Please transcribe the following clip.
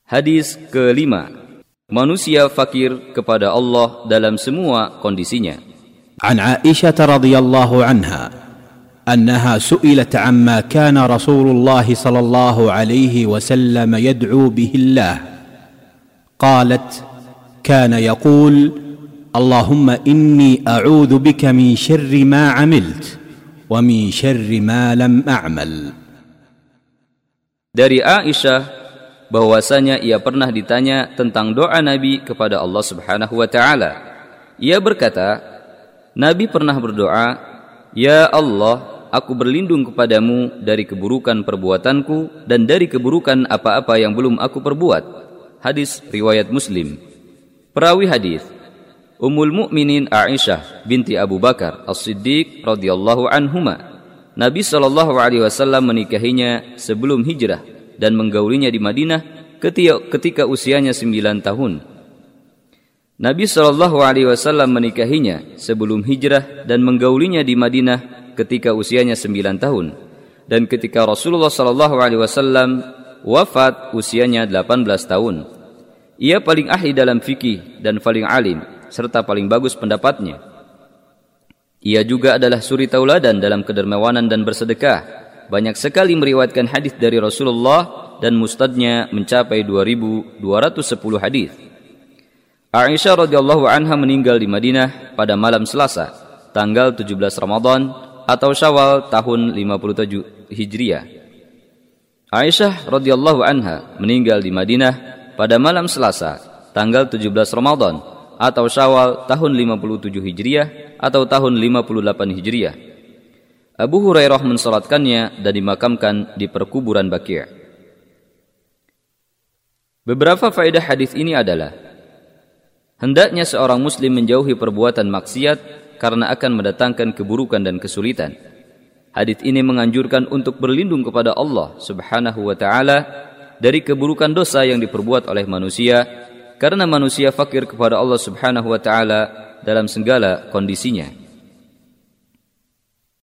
Hadis kelima, manusia fakir kepada Allah dalam semua kondisinya. An Aisyah radhiyallahu anha أنها سئلت عما كان رسول الله صلى الله عليه وسلم يدعو به الله قالت كان يقول اللهم إني أعوذ بك من شر ما عملت ومن شر ما لم أعمل. Dari Aisyah bahwasanya ia pernah ditanya tentang doa Nabi kepada Allah Subhanahu wa taala. Ia berkata, Nabi pernah berdoa, "Ya Allah, aku berlindung kepadamu dari keburukan perbuatanku dan dari keburukan apa-apa yang belum aku perbuat." Hadis riwayat Muslim. Perawi hadis Ummul Mukminin Aisyah binti Abu Bakar As-Siddiq radhiyallahu anhuma. Nabi SAW menikahinya sebelum hijrah dan menggaulinya di Madinah ketika usianya 9 tahun. Nabi SAW menikahinya sebelum hijrah dan menggaulinya di Madinah ketika usianya 9 tahun. Dan ketika Rasulullah SAW wafat usianya 18 tahun. Ia paling ahli dalam fikih dan paling alim serta paling bagus pendapatnya. Ia juga adalah suri tauladan dalam kedermawanan dan bersedekah. Banyak sekali meriwayatkan hadis dari Rasulullah dan musnadnya mencapai 2210 hadis. Aisyah radhiyallahu anha meninggal di Madinah pada malam Selasa, tanggal 17 Ramadan atau Syawal tahun 57 Hijriah. Aisyah radhiyallahu anha meninggal di Madinah pada malam Selasa, tanggal 17 Ramadan atau Syawal tahun 57 Hijriah atau tahun 58 Hijriah. Abu Hurairah mensalatkannya dan dimakamkan di perkuburan Baqi'. Beberapa faedah hadis ini adalah: hendaknya seorang muslim menjauhi perbuatan maksiat karena akan mendatangkan keburukan dan kesulitan. Hadis ini menganjurkan untuk berlindung kepada Allah Subhanahu wa taala dari keburukan dosa yang diperbuat oleh manusia, karena manusia fakir kepada Allah Subhanahu wa taala dalam segala kondisinya.